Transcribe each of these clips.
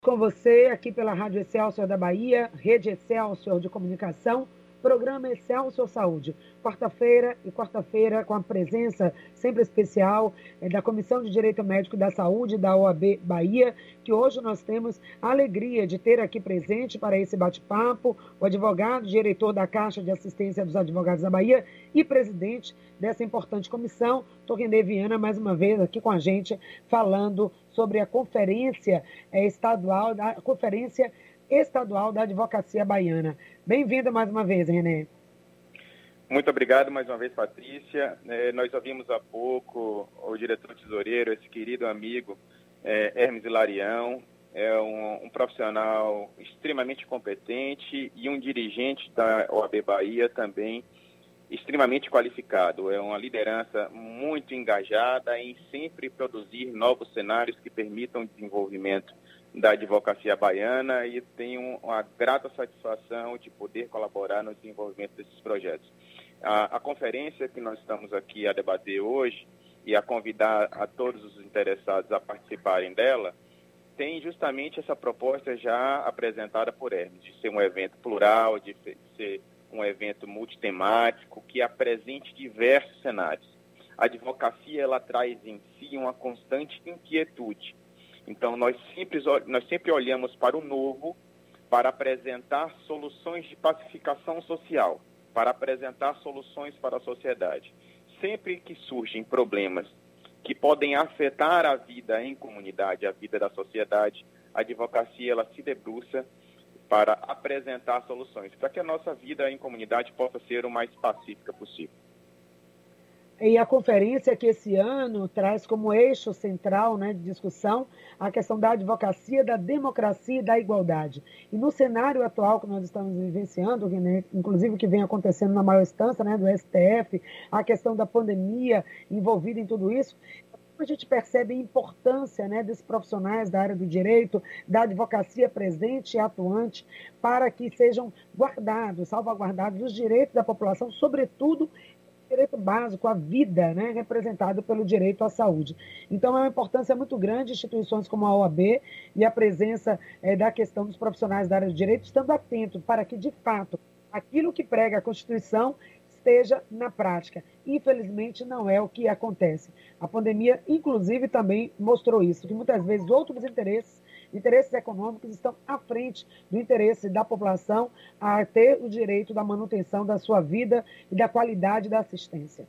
Com você aqui pela Rádio Excelsior da Bahia, Rede Excelsior de Comunicação, programa Excelsior Saúde. Quarta-feira com a presença sempre especial da Comissão de Direito Médico da Saúde da OAB Bahia, que hoje nós temos a alegria de ter aqui presente para esse bate-papo o advogado, diretor da Caixa de Assistência dos Advogados da Bahia e presidente dessa importante comissão, Torrinei Viana, mais uma vez aqui com a gente, falando sobre a Conferência Estadual da Advocacia Baiana. Bem-vinda mais uma vez, René. Muito obrigado mais uma vez, Patrícia. Nós ouvimos há pouco o diretor tesoureiro, esse querido amigo Hermes Hilarião, é um profissional extremamente competente e um dirigente da OAB Bahia também extremamente qualificado. É uma liderança muito engajada em sempre produzir novos cenários que permitam o desenvolvimento da advocacia baiana e tenho uma grata satisfação de poder colaborar no desenvolvimento desses projetos. A conferência que nós estamos aqui a debater hoje e a convidar a todos os interessados a participarem dela, tem justamente essa proposta já apresentada por Hermes, de ser um evento plural, de ser um evento multitemático que apresente diversos cenários. A advocacia, ela traz em si uma constante inquietude. Então, nós sempre olhamos para o novo para apresentar soluções de pacificação social, para apresentar soluções para a sociedade. Sempre que surgem problemas que podem afetar a vida em comunidade, a vida da sociedade, a advocacia, ela se debruça para apresentar soluções, para que a nossa vida em comunidade possa ser o mais pacífica possível. E a conferência que esse ano traz como eixo central, de discussão a questão da advocacia, da democracia e da igualdade. E no cenário atual que nós estamos vivenciando, inclusive que vem acontecendo na maior instância do STF, a questão da pandemia envolvida em tudo isso, a gente percebe a importância desses profissionais da área do direito, da advocacia presente e atuante, para que sejam salvaguardados os direitos da população, sobretudo o direito básico, a vida, representado pelo direito à saúde. Então, é uma importância muito grande instituições como a OAB e a presença da questão dos profissionais da área do direito, estando atentos para que, de fato, aquilo que prega a Constituição esteja na prática. Infelizmente, não é o que acontece. A pandemia, inclusive, também mostrou isso, que muitas vezes outros interesses econômicos estão à frente do interesse da população a ter o direito da manutenção da sua vida e da qualidade da assistência.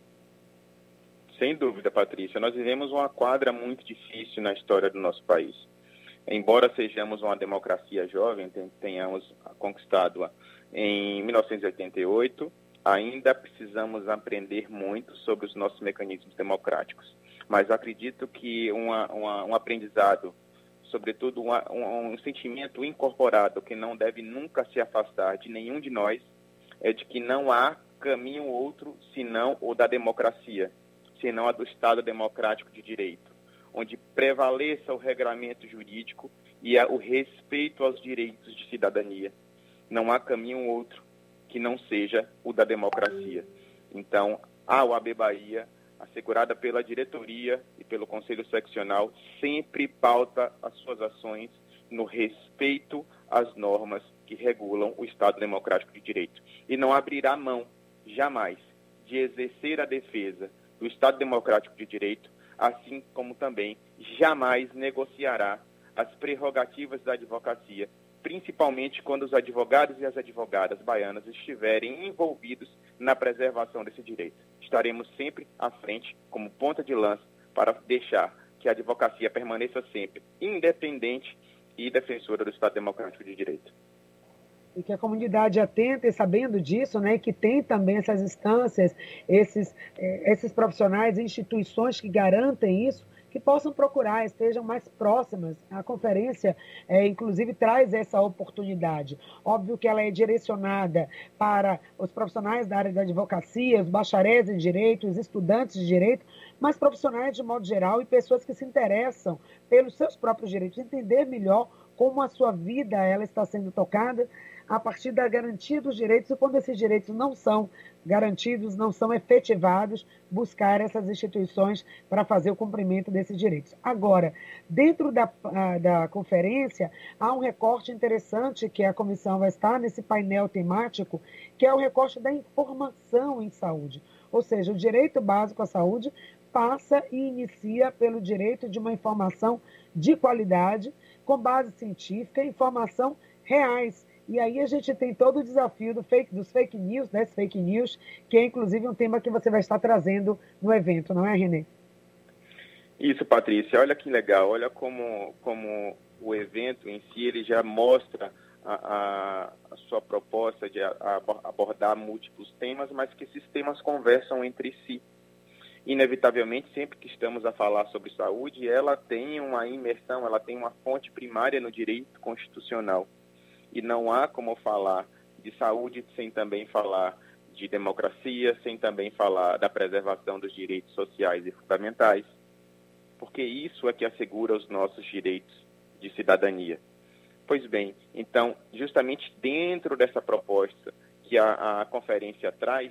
Sem dúvida, Patrícia. Nós vivemos uma quadra muito difícil na história do nosso país. Embora sejamos uma democracia jovem, tenhamos conquistado-a em 1988, ainda precisamos aprender muito sobre os nossos mecanismos democráticos. Mas acredito que um aprendizado, sobretudo um sentimento incorporado que não deve nunca se afastar de nenhum de nós, é de que não há caminho outro senão o da democracia, senão a do Estado democrático de direito, onde prevaleça o regramento jurídico e o respeito aos direitos de cidadania. Não há caminho outro que não seja o da democracia. Então, a OAB Bahia, assegurada pela diretoria e pelo Conselho Seccional, sempre pauta as suas ações no respeito às normas que regulam o Estado Democrático de Direito. E não abrirá mão, jamais, de exercer a defesa do Estado Democrático de Direito, assim como também jamais negociará as prerrogativas da advocacia, principalmente quando os advogados e as advogadas baianas estiverem envolvidos na preservação desse direito. Estaremos sempre à frente, como ponta de lança, para deixar que a advocacia permaneça sempre independente e defensora do Estado Democrático de Direito. E que a comunidade atenta e sabendo disso, que tem também essas instâncias, esses profissionais, instituições que garantem isso, que possam procurar, estejam mais próximas. A conferência, inclusive, traz essa oportunidade. Óbvio que ela é direcionada para os profissionais da área da advocacia, os bacharéis em direito, os estudantes de direito, mas profissionais de modo geral e pessoas que se interessam pelos seus próprios direitos, entender melhor como a sua vida ela está sendo tocada a partir da garantia dos direitos, e quando esses direitos não são garantidos, não são efetivados, buscar essas instituições para fazer o cumprimento desses direitos. Agora, dentro da conferência, há um recorte interessante que a comissão vai estar nesse painel temático, que é o recorte da informação em saúde. Ou seja, o direito básico à saúde passa e inicia pelo direito de uma informação de qualidade, com base científica, informação reais. E aí a gente tem todo o desafio dos fake news, né? Fake news, que é inclusive um tema que você vai estar trazendo no evento, não é, Renê? Isso, Patrícia. Olha que legal. Olha como o evento em si ele já mostra a sua proposta de abordar múltiplos temas, mas que esses temas conversam entre si. Inevitavelmente, sempre que estamos a falar sobre saúde, ela tem uma imersão, ela tem uma fonte primária no direito constitucional. E não há como falar de saúde sem também falar de democracia, sem também falar da preservação dos direitos sociais e fundamentais, porque isso é que assegura os nossos direitos de cidadania. Pois bem, então, justamente dentro dessa proposta que a conferência traz,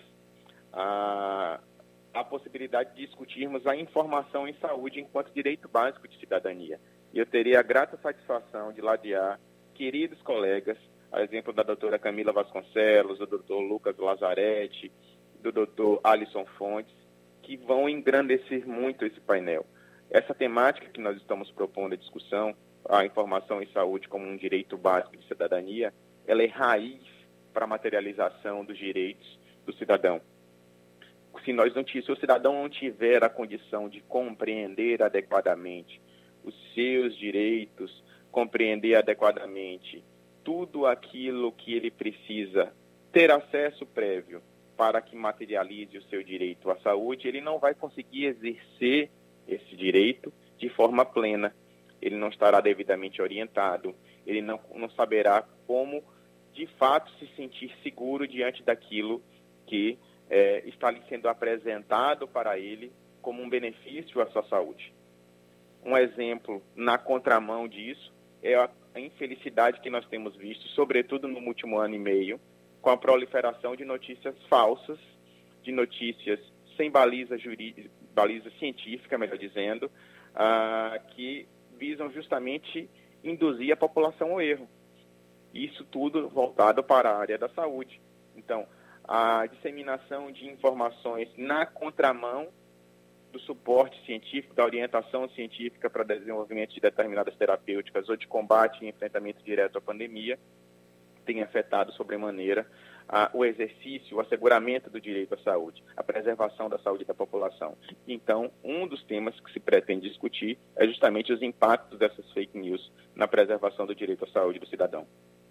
a possibilidade de discutirmos a informação em saúde enquanto direito básico de cidadania. E eu teria a grata satisfação de ladear queridos colegas, a exemplo da doutora Camila Vasconcelos, do doutor Lucas Lazzaretti, do doutor Alisson Fontes, que vão engrandecer muito esse painel. Essa temática que nós estamos propondo a discussão, a informação em saúde como um direito básico de cidadania, ela é raiz para a materialização dos direitos do cidadão. Se o cidadão não tiver a condição de compreender adequadamente os seus direitos, compreender adequadamente tudo aquilo que ele precisa ter acesso prévio para que materialize o seu direito à saúde, ele não vai conseguir exercer esse direito de forma plena. Ele não estará devidamente orientado, ele não saberá como, de fato, se sentir seguro diante daquilo que está lhe sendo apresentado para ele como um benefício à sua saúde. Um exemplo na contramão disso é a infelicidade que nós temos visto, sobretudo no último ano e meio, com a proliferação de notícias falsas, de notícias sem baliza científica, melhor dizendo, que visam justamente induzir a população ao erro. Isso tudo voltado para a área da saúde. Então, a disseminação de informações na contramão do suporte científico, da orientação científica para desenvolvimento de determinadas terapêuticas ou de combate e enfrentamento direto à pandemia, tem afetado sobremaneira o exercício, o asseguramento do direito à saúde, a preservação da saúde da população. Então, um dos temas que se pretende discutir é justamente os impactos dessas fake news na preservação do direito à saúde do cidadão.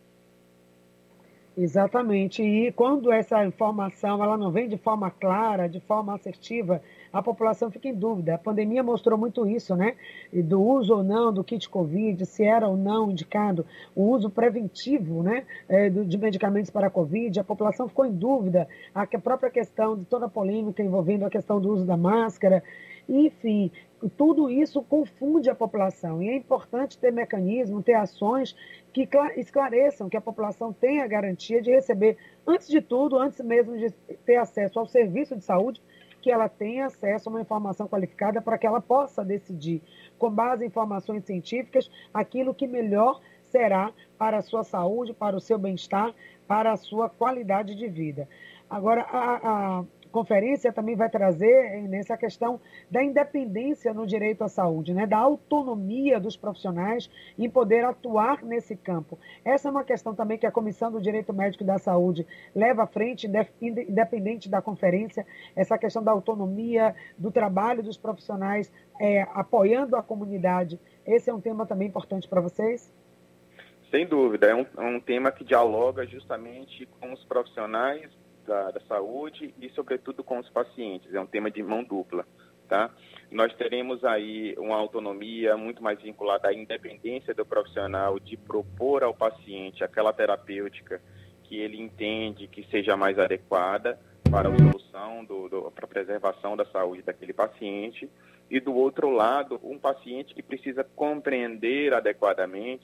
Exatamente. E quando essa informação ela não vem de forma clara, de forma assertiva, a população fica em dúvida. A pandemia mostrou muito isso, né? Do uso ou não do kit Covid, se era ou não indicado o uso preventivo, né? De medicamentos para a Covid. A população ficou em dúvida. A própria questão de toda a polêmica envolvendo a questão do uso da máscara. Enfim, tudo isso confunde a população. E é importante ter mecanismos, ter ações que esclareçam, que a população tenha a garantia de receber, antes de tudo, antes mesmo de ter acesso ao serviço de saúde, que ela tenha acesso a uma informação qualificada para que ela possa decidir, com base em informações científicas, aquilo que melhor será para a sua saúde, para o seu bem-estar, para a sua qualidade de vida. Agora, a conferência também vai trazer nessa questão da independência no direito à saúde, né? Da autonomia dos profissionais em poder atuar nesse campo. Essa é uma questão também que a Comissão do Direito Médico e da Saúde leva à frente, independente da conferência, essa questão da autonomia, do trabalho dos profissionais apoiando a comunidade. Esse é um tema também importante para vocês? Sem dúvida, é um tema que dialoga justamente com os profissionais da saúde e, sobretudo, com os pacientes. É um tema de mão dupla, tá? Nós teremos aí uma autonomia muito mais vinculada à independência do profissional de propor ao paciente aquela terapêutica que ele entende que seja mais adequada para a solução, para a preservação da saúde daquele paciente. E, do outro lado, um paciente que precisa compreender adequadamente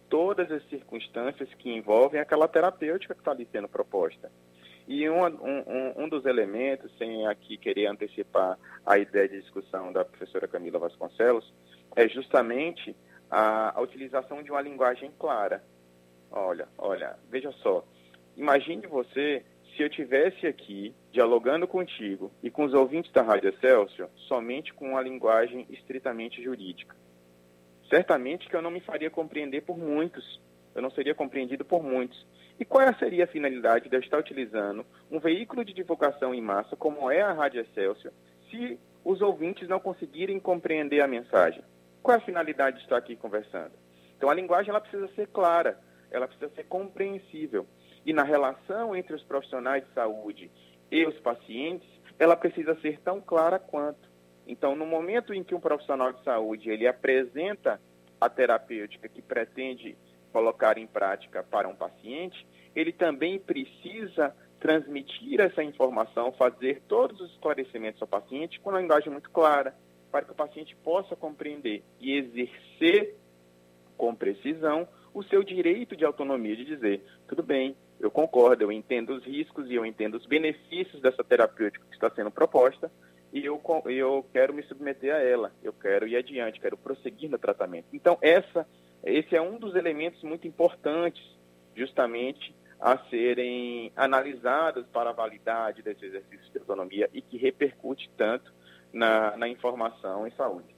todas as circunstâncias que envolvem aquela terapêutica que está ali sendo proposta. E um dos elementos, sem aqui querer antecipar a ideia de discussão da professora Camila Vasconcelos, é justamente a utilização de uma linguagem clara. Olha, veja só, imagine você se eu estivesse aqui dialogando contigo e com os ouvintes da Rádio Excelsior somente com uma linguagem estritamente jurídica. Certamente que eu não me faria compreender por muitos, eu não seria compreendido por muitos. E qual seria a finalidade de eu estar utilizando um veículo de divulgação em massa, como é a Rádio Excelsior, se os ouvintes não conseguirem compreender a mensagem? Qual é a finalidade de estar aqui conversando? Então, a linguagem ela precisa ser clara, ela precisa ser compreensível. E na relação entre os profissionais de saúde e os pacientes, ela precisa ser tão clara quanto. Então, no momento em que um profissional de saúde ele apresenta a terapêutica que pretende colocar em prática para um paciente, ele também precisa transmitir essa informação, fazer todos os esclarecimentos ao paciente com uma linguagem muito clara, para que o paciente possa compreender e exercer com precisão o seu direito de autonomia de dizer, tudo bem, eu concordo, eu entendo os riscos e eu entendo os benefícios dessa terapêutica que está sendo proposta e eu quero me submeter a ela, eu quero ir adiante, quero prosseguir no tratamento. Então, esse é um dos elementos muito importantes, justamente, a serem analisados para a validade desse exercício de autonomia e que repercute tanto na informação em saúde.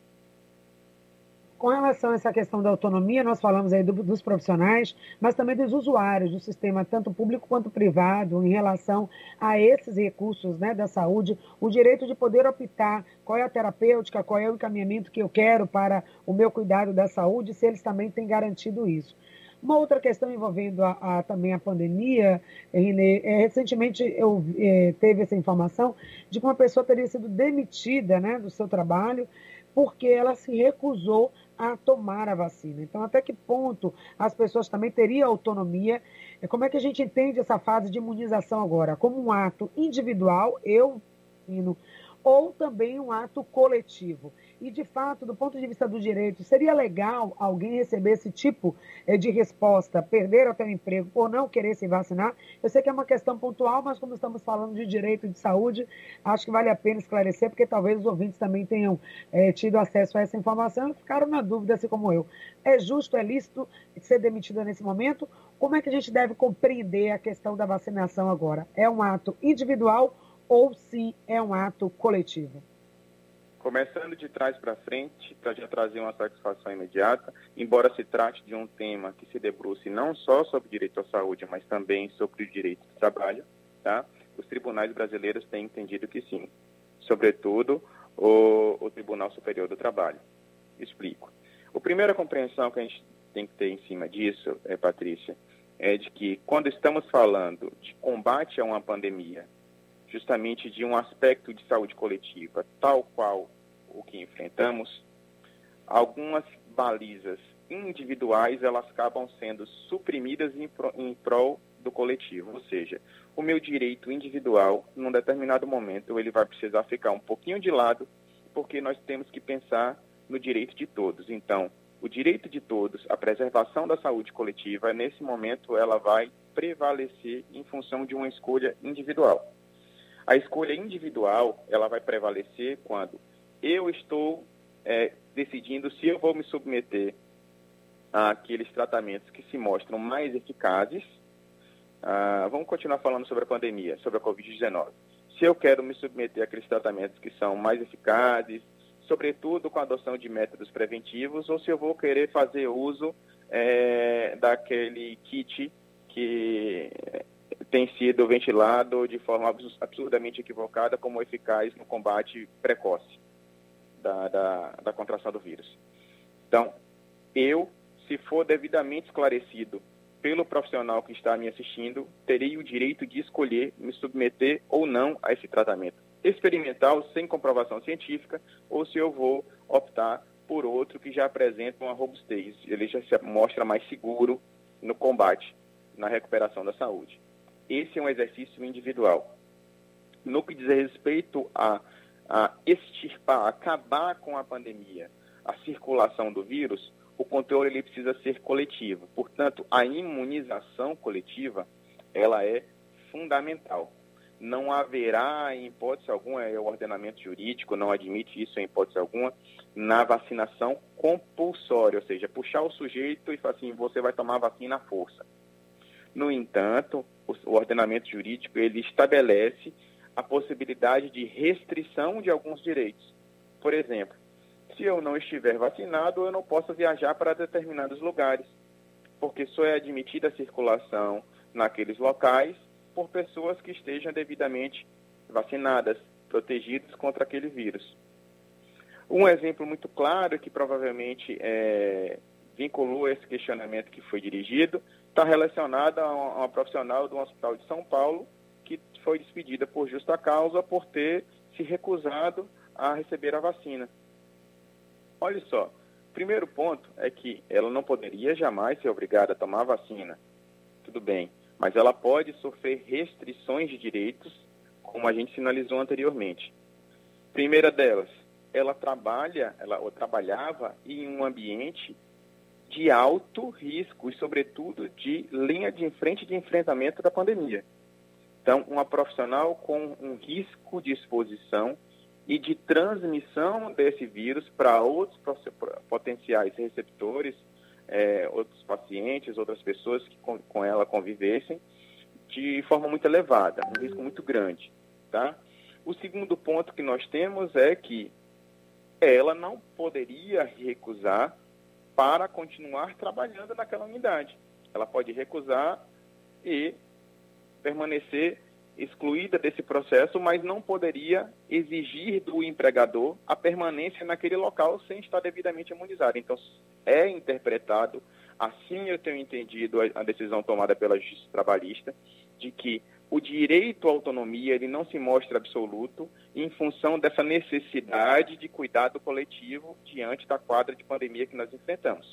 Com relação a essa questão da autonomia, nós falamos aí dos profissionais, mas também dos usuários do sistema, tanto público quanto privado, em relação a esses recursos, né, da saúde, o direito de poder optar qual é a terapêutica, qual é o encaminhamento que eu quero para o meu cuidado da saúde, se eles também têm garantido isso. Uma outra questão envolvendo também a pandemia, Renê, recentemente eu teve essa informação de que uma pessoa teria sido demitida, né, do seu trabalho porque ela se recusou a tomar a vacina. Então, até que ponto as pessoas também teriam autonomia? Como é que a gente entende essa fase de imunização agora? Como um ato individual, ou também um ato coletivo? E, de fato, do ponto de vista do direito, seria legal alguém receber esse tipo de resposta, perder até o emprego por não querer se vacinar? Eu sei que é uma questão pontual, mas como estamos falando de direito de saúde, acho que vale a pena esclarecer, porque talvez os ouvintes também tenham tido acesso a essa informação e ficaram na dúvida, assim como eu. É justo, é lícito ser demitida nesse momento? Como é que a gente deve compreender a questão da vacinação agora? É um ato individual ou se é um ato coletivo? Começando de trás para frente, para já trazer uma satisfação imediata, embora se trate de um tema que se debruce não só sobre o direito à saúde, mas também sobre o direito do trabalho, tá? Os tribunais brasileiros têm entendido que sim, sobretudo o Tribunal Superior do Trabalho. Explico. A primeira compreensão que a gente tem que ter em cima disso, Patrícia, é de que quando estamos falando de combate a uma pandemia, justamente de um aspecto de saúde coletiva, tal qual o que enfrentamos, algumas balizas individuais, elas acabam sendo suprimidas em prol do coletivo. Ou seja, o meu direito individual, num determinado momento, ele vai precisar ficar um pouquinho de lado, porque nós temos que pensar no direito de todos. Então, o direito de todos, a preservação da saúde coletiva, nesse momento, ela vai prevalecer em função de uma escolha individual. A escolha individual, ela vai prevalecer quando eu estou decidindo se eu vou me submeter àqueles tratamentos que se mostram mais eficazes. Vamos continuar falando sobre a pandemia, sobre a Covid-19. Se eu quero me submeter àqueles tratamentos que são mais eficazes, sobretudo com a adoção de métodos preventivos, ou se eu vou querer fazer uso daquele kit que tem sido ventilado de forma absurdamente equivocada como eficaz no combate precoce da contração do vírus. Então, se for devidamente esclarecido pelo profissional que está me assistindo, terei o direito de escolher me submeter ou não a esse tratamento experimental, sem comprovação científica, ou se eu vou optar por outro que já apresenta uma robustez, ele já se mostra mais seguro no combate, na recuperação da saúde. Esse é um exercício individual. No que diz respeito a extirpar, acabar com a pandemia, a circulação do vírus, o controle ele precisa ser coletivo. Portanto, a imunização coletiva, ela é fundamental. Não haverá, em hipótese alguma, o ordenamento jurídico não admite isso em hipótese alguma, na vacinação compulsória, ou seja, puxar o sujeito e falar assim, você vai tomar a vacina à força. No entanto, o ordenamento jurídico, ele estabelece a possibilidade de restrição de alguns direitos. Por exemplo, se eu não estiver vacinado, eu não posso viajar para determinados lugares, porque só é admitida a circulação naqueles locais por pessoas que estejam devidamente vacinadas, protegidas contra aquele vírus. Um exemplo muito claro que provavelmente vinculou esse questionamento que foi dirigido está relacionado a uma profissional do Hospital de São Paulo que foi despedida por justa causa por ter se recusado a receber a vacina. Olha só, primeiro ponto é que ela não poderia jamais ser obrigada a tomar a vacina. Tudo bem, mas ela pode sofrer restrições de direitos, como a gente sinalizou anteriormente. Primeira delas, ela trabalhava em um ambiente de alto risco e, sobretudo, de linha de frente de enfrentamento da pandemia. Então, uma profissional com um risco de exposição e de transmissão desse vírus para outros potenciais receptores, outros pacientes, outras pessoas que com ela convivessem, de forma muito elevada, um risco muito grande. Tá? O segundo ponto que nós temos é que ela não poderia recusar para continuar trabalhando naquela unidade. Ela pode recusar e permanecer excluída desse processo, mas não poderia exigir do empregador a permanência naquele local sem estar devidamente imunizado. Então, é interpretado, assim eu tenho entendido a decisão tomada pela Justiça Trabalhista, de que o direito à autonomia ele não se mostra absoluto em função dessa necessidade de cuidado coletivo diante da quadra de pandemia que nós enfrentamos.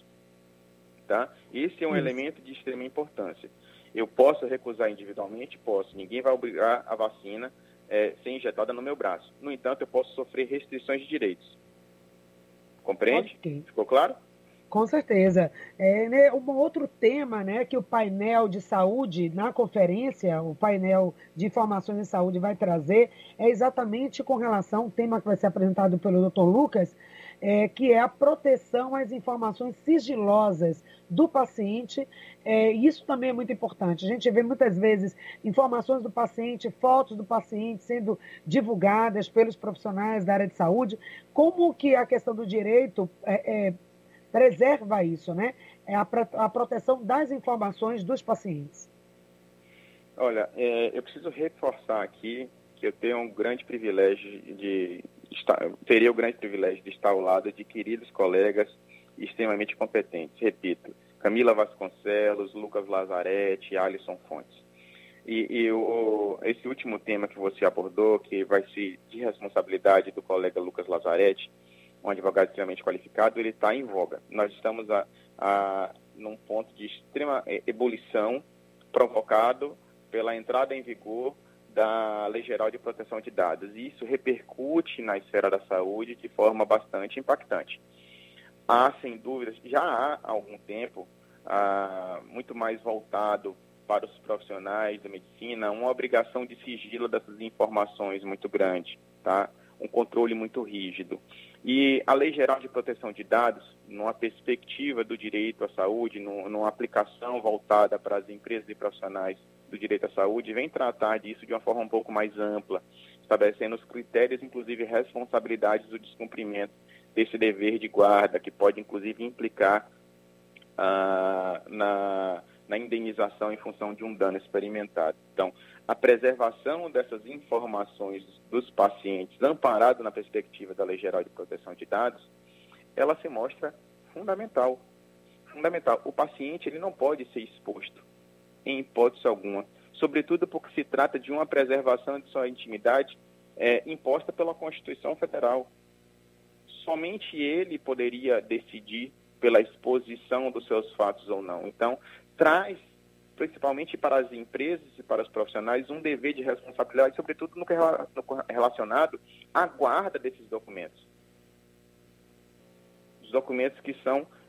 Tá? Esse é um elemento de extrema importância. Eu posso recusar individualmente? Posso. Ninguém vai obrigar a vacina ser injetada no meu braço. No entanto, eu posso sofrer restrições de direitos. Compreende? Okay. Ficou claro? Com certeza. Um outro tema, né, que o painel de saúde, na conferência, o painel de informações em saúde vai trazer, é exatamente com relação ao tema que vai ser apresentado pelo Dr. Lucas, que é a proteção às informações sigilosas do paciente. Isso também é muito importante. A gente vê muitas vezes informações do paciente, fotos do paciente sendo divulgadas pelos profissionais da área de saúde. Como que a questão do direito preserva isso, né? A proteção das informações dos pacientes. Olha, eu preciso reforçar aqui que eu tenho um grande privilégio teria o grande privilégio de estar ao lado de queridos colegas extremamente competentes. Repito, Camila Vasconcelos, Lucas Lazzaretti, Alisson Fontes. Esse último tema que você abordou, que vai ser de responsabilidade do colega Lucas Lazzaretti, um advogado extremamente qualificado, ele está em voga. Nós estamos num ponto de extrema ebulição provocado pela entrada em vigor da Lei Geral de Proteção de Dados. E isso repercute na esfera da saúde de forma bastante impactante. Há, sem dúvidas, já há algum tempo, muito mais voltado para os profissionais da medicina, uma obrigação de sigilo dessas informações muito grande, tá? Um controle muito rígido. E a Lei Geral de Proteção de Dados, numa perspectiva do direito à saúde, numa aplicação voltada para as empresas e profissionais do direito à saúde, vem tratar disso de uma forma um pouco mais ampla, estabelecendo os critérios, inclusive responsabilidades do descumprimento desse dever de guarda, que pode, inclusive, implicar na indenização em função de um dano experimentado. Então, a preservação dessas informações dos pacientes, amparado na perspectiva da Lei Geral de Proteção de Dados, ela se mostra fundamental. Fundamental. O paciente ele não pode ser exposto, em hipótese alguma, sobretudo porque se trata de uma preservação de sua intimidade imposta pela Constituição Federal. Somente ele poderia decidir pela exposição dos seus fatos ou não. Então, traz, principalmente para as empresas e para os profissionais, um dever de responsabilidade, sobretudo no que é relacionado à guarda desses documentos. Os documentos que são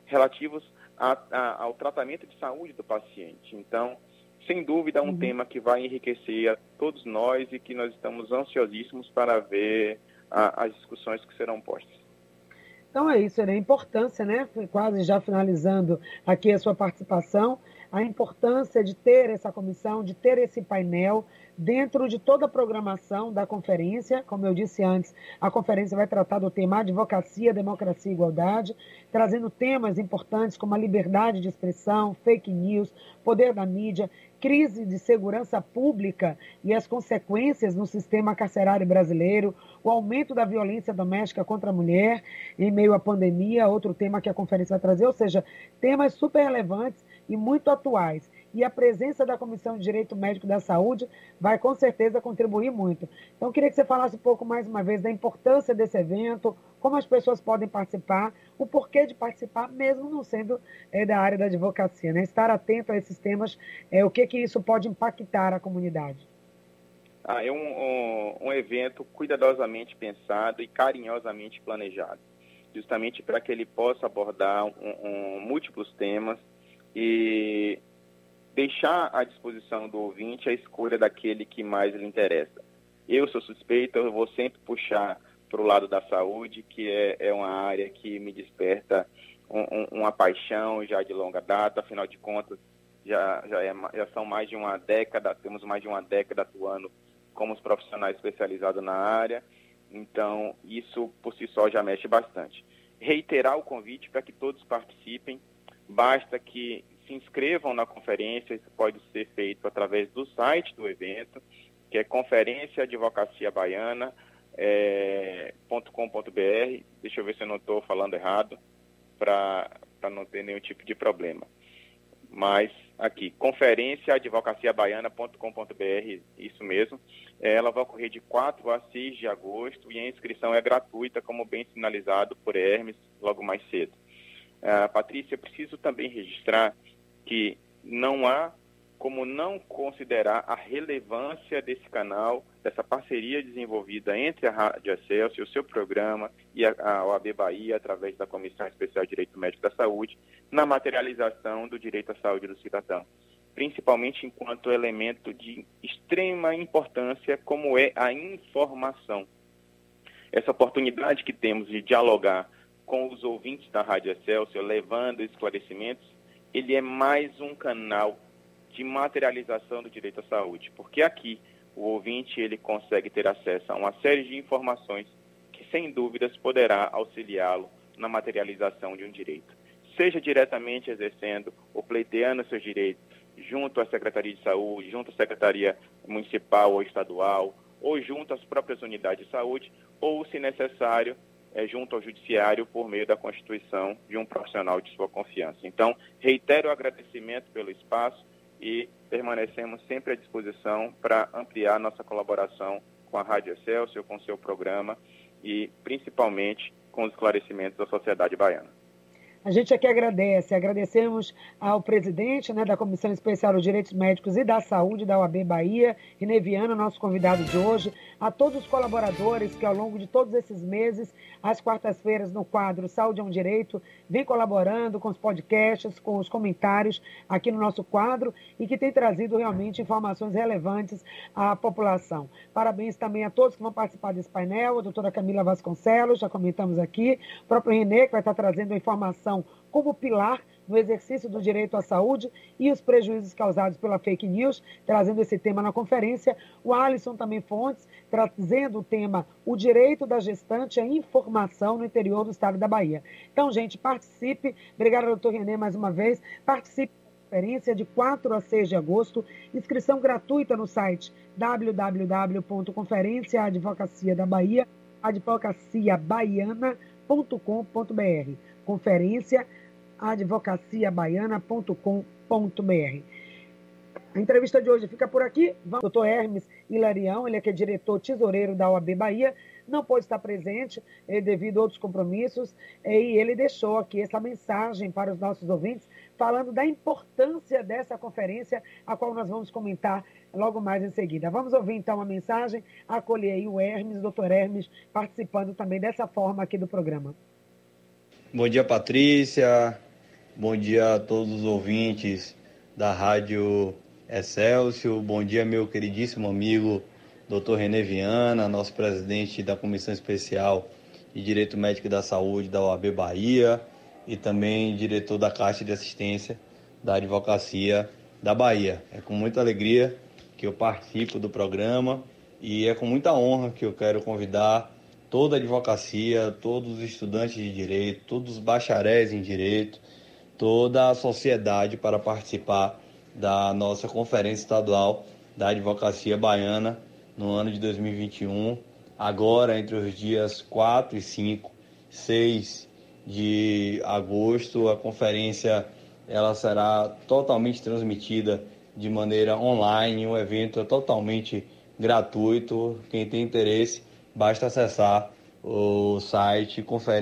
relativos ao tratamento de saúde do paciente. Então, sem dúvida, é um tema que vai enriquecer a todos nós e que nós estamos ansiosíssimos para ver as discussões que serão postas. Então é isso, né? A importância, né? Quase já finalizando aqui a sua participação, a importância de ter essa comissão, de ter esse painel dentro de toda a programação da conferência. Como eu disse antes, a conferência vai tratar do tema advocacia, democracia e igualdade, trazendo temas importantes como a liberdade de expressão, fake news, poder da mídia, crise de segurança pública e as consequências no sistema carcerário brasileiro, o aumento da violência doméstica contra a mulher em meio à pandemia, outro tema que a conferência vai trazer, ou seja, temas super relevantes e muito atuais. E a presença da Comissão de Direito Médico da Saúde vai, com certeza, contribuir muito. Então, eu queria que você falasse um pouco, mais uma vez, da importância desse evento, como as pessoas podem participar, o porquê de participar, mesmo não sendo da área da advocacia, né? Estar atento a esses temas, o que isso pode impactar a comunidade. É um evento cuidadosamente pensado e carinhosamente planejado, justamente para que ele possa abordar múltiplos temas e deixar à disposição do ouvinte a escolha daquele que mais lhe interessa. Eu sou suspeito, eu vou sempre puxar para o lado da saúde, que é uma área que me desperta uma paixão já de longa data. Afinal de contas, já são mais de uma década, temos mais de uma década atuando como os profissionais especializados na área, então isso por si só já mexe bastante. Reiterar o convite para que todos participem, basta que se inscrevam na conferência. Isso pode ser feito através do site do evento, que é conferenciaadvocaciabaiana.com.br. Deixa eu ver se eu não estou falando errado, para não ter nenhum tipo de problema. Mas aqui, conferenciaadvocaciabaiana.com.br, isso mesmo. Ela vai ocorrer de 4 a 6 de agosto e a inscrição é gratuita, como bem sinalizado por Hermes logo mais cedo. Patrícia, eu preciso também registrar que não há como não considerar a relevância desse canal, dessa parceria desenvolvida entre a Rádio Excelsior, o seu programa, e a OAB Bahia, através da Comissão Especial de Direito Médico da Saúde, na materialização do direito à saúde do cidadão, principalmente enquanto elemento de extrema importância, como é a informação. Essa oportunidade que temos de dialogar com os ouvintes da Rádio Excelsior, levando esclarecimentos, ele é mais um canal de materialização do direito à saúde, porque aqui o ouvinte ele consegue ter acesso a uma série de informações que, sem dúvidas, poderá auxiliá-lo na materialização de um direito, seja diretamente exercendo ou pleiteando seus direitos junto à Secretaria de Saúde, junto à Secretaria Municipal ou Estadual, ou junto às próprias unidades de saúde, ou, se necessário, junto ao Judiciário por meio da constituição de um profissional de sua confiança. Então, reitero o agradecimento pelo espaço e permanecemos sempre à disposição para ampliar nossa colaboração com a Rádio Excelsior, com o seu programa e, principalmente, com os esclarecimentos da sociedade baiana. A gente aqui agradecemos ao presidente, né, da Comissão Especial dos Direitos Médicos e da Saúde da OAB Bahia, Rinê Viana, nosso convidado de hoje, a todos os colaboradores que ao longo de todos esses meses, às quartas-feiras, no quadro Saúde é um Direito, vem colaborando com os podcasts, com os comentários aqui no nosso quadro e que tem trazido realmente informações relevantes à população. Parabéns também a todos que vão participar desse painel, a doutora Camila Vasconcelos, já comentamos aqui, o próprio Rinê, que vai estar trazendo a informação como pilar no exercício do direito à saúde e os prejuízos causados pela fake news, trazendo esse tema na conferência. O Alisson também Fontes, trazendo o tema o direito da gestante à informação no interior do estado da Bahia. Então, gente, participe. Obrigada, doutor Renê, mais uma vez. Participe da conferência de 4 a 6 de agosto. Inscrição gratuita no site www.conferenciaadvocaciabaiana.com.br. Conferência advocaciabaiana.com.br. A entrevista de hoje fica por aqui. O doutor Hermes Hilarião, ele é que é diretor tesoureiro da OAB Bahia, não pôde estar presente devido a outros compromissos, e ele deixou aqui essa mensagem para os nossos ouvintes, falando da importância dessa conferência, a qual nós vamos comentar logo mais em seguida. Vamos ouvir então a mensagem, acolher aí o Hermes, doutor Hermes, participando também dessa forma aqui do programa. Bom dia, Patrícia. bom dia a todos os ouvintes da Rádio Excelsior, bom dia meu queridíssimo amigo Dr. René Viana, nosso presidente da Comissão Especial de Direito Médico e da Saúde da OAB Bahia e também diretor da Caixa de Assistência da Advocacia da Bahia. É com muita alegria que eu participo do programa e é com muita honra que eu quero convidar toda a advocacia, todos os estudantes de direito, todos os bacharéis em direito, toda a sociedade para participar da nossa Conferência Estadual da Advocacia Baiana no ano de 2021, agora entre os dias 4 e 5, 6 de agosto. A conferência ela será totalmente transmitida de maneira online, o evento é totalmente gratuito. Quem tem interesse, basta acessar o site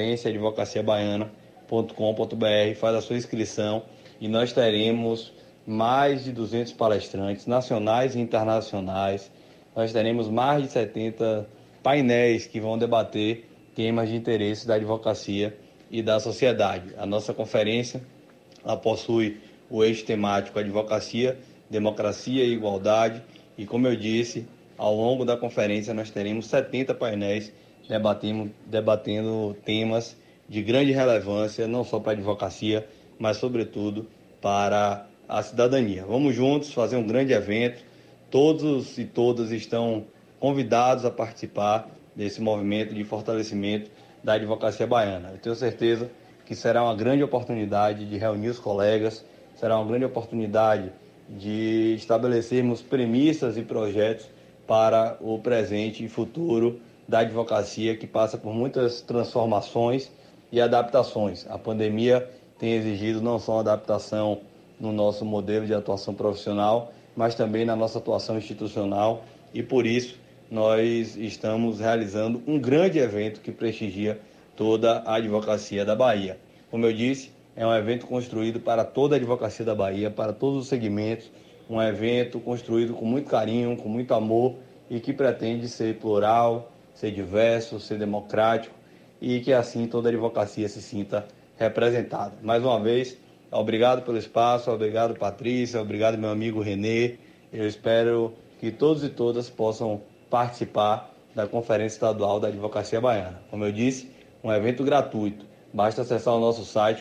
conferenciaadvocaciabaiana.com.br, faz a sua inscrição e nós teremos mais de 200 palestrantes nacionais e internacionais. Nós teremos mais de 70 painéis que vão debater temas de interesse da advocacia e da sociedade. A nossa conferência ela possui o eixo temático Advocacia, Democracia e Igualdade e, como eu disse, ao longo da conferência nós teremos 70 painéis debatendo temas de grande relevância, não só para a advocacia, mas sobretudo para a cidadania. Vamos juntos fazer um grande evento. Todos e todas estão convidados a participar desse movimento de fortalecimento da advocacia baiana. Eu tenho certeza que será uma grande oportunidade de reunir os colegas, será uma grande oportunidade de estabelecermos premissas e projetos para o presente e futuro da advocacia, que passa por muitas transformações e adaptações. A pandemia tem exigido não só uma adaptação no nosso modelo de atuação profissional, mas também na nossa atuação institucional, e por isso nós estamos realizando um grande evento que prestigia toda a advocacia da Bahia. Como eu disse, é um evento construído para toda a advocacia da Bahia, para todos os segmentos, um evento construído com muito carinho, com muito amor e que pretende ser plural, ser diverso, ser democrático e que assim toda a advocacia se sinta representada. Mais uma vez, obrigado pelo espaço, obrigado Patrícia, obrigado meu amigo Renê. Eu espero que todos e todas possam participar da Conferência Estadual da Advocacia Baiana. Como eu disse, um evento gratuito. Basta acessar o nosso site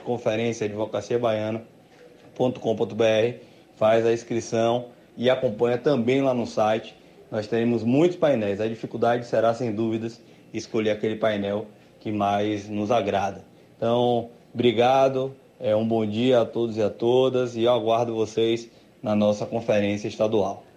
conferenciaadvocaciabaiana.com.br, faz a inscrição e acompanha também lá no site. Nós teremos muitos painéis. A dificuldade será, sem dúvidas, escolher aquele painel que mais nos agrada. Então, obrigado, um bom dia a todos e a todas e eu aguardo vocês na nossa conferência estadual.